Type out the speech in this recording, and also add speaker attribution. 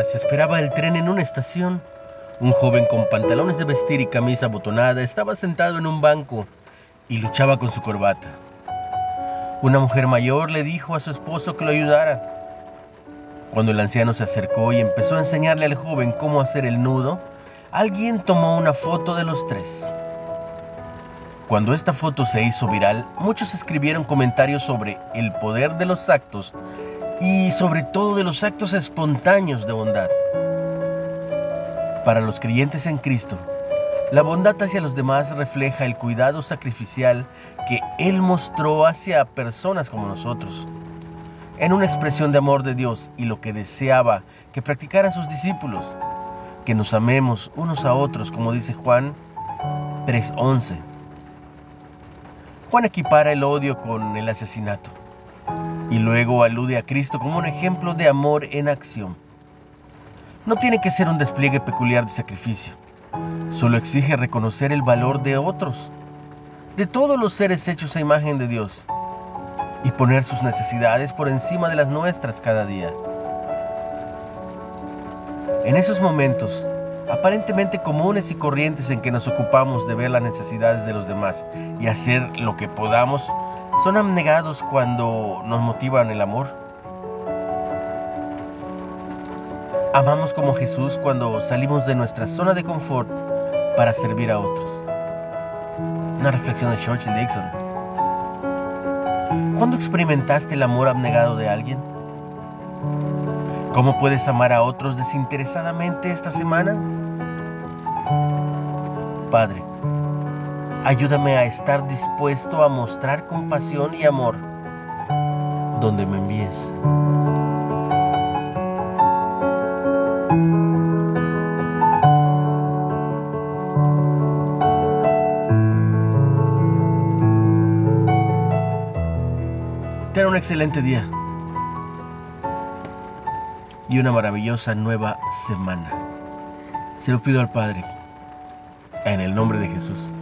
Speaker 1: Mientras esperaba el tren en una estación, un joven con pantalones de vestir y camisa abotonada estaba sentado en un banco y luchaba con su corbata. Una mujer mayor le dijo a su esposo que lo ayudara. Cuando el anciano se acercó y empezó a enseñarle al joven cómo hacer el nudo, alguien tomó una foto de los tres. Cuando esta foto se hizo viral, muchos escribieron comentarios sobre el poder de los actos y sobre todo de los actos espontáneos de bondad. Para los creyentes en Cristo, la bondad hacia los demás refleja el cuidado sacrificial que Él mostró hacia personas como nosotros, en una expresión de amor de Dios y lo que deseaba que practicaran sus discípulos, que nos amemos unos a otros, como dice Juan 3:11. Juan equipara el odio con el asesinato y luego alude a Cristo como un ejemplo de amor en acción. No tiene que ser un despliegue peculiar de sacrificio, solo exige reconocer el valor de otros, de todos los seres hechos a imagen de Dios, y poner sus necesidades por encima de las nuestras cada día. En esos momentos, aparentemente comunes y corrientes en que nos ocupamos de ver las necesidades de los demás y hacer lo que podamos, son abnegados cuando nos motivan el amor. Amamos como Jesús cuando salimos de nuestra zona de confort para servir a otros. Una reflexión de Churchill Dixon. ¿Cuándo experimentaste el amor abnegado de alguien? ¿Cómo puedes amar a otros desinteresadamente esta semana? Padre, ayúdame a estar dispuesto a mostrar compasión y amor donde me envíes. Ten un excelente día y una maravillosa nueva semana. Se lo pido al Padre, en el nombre de Jesús.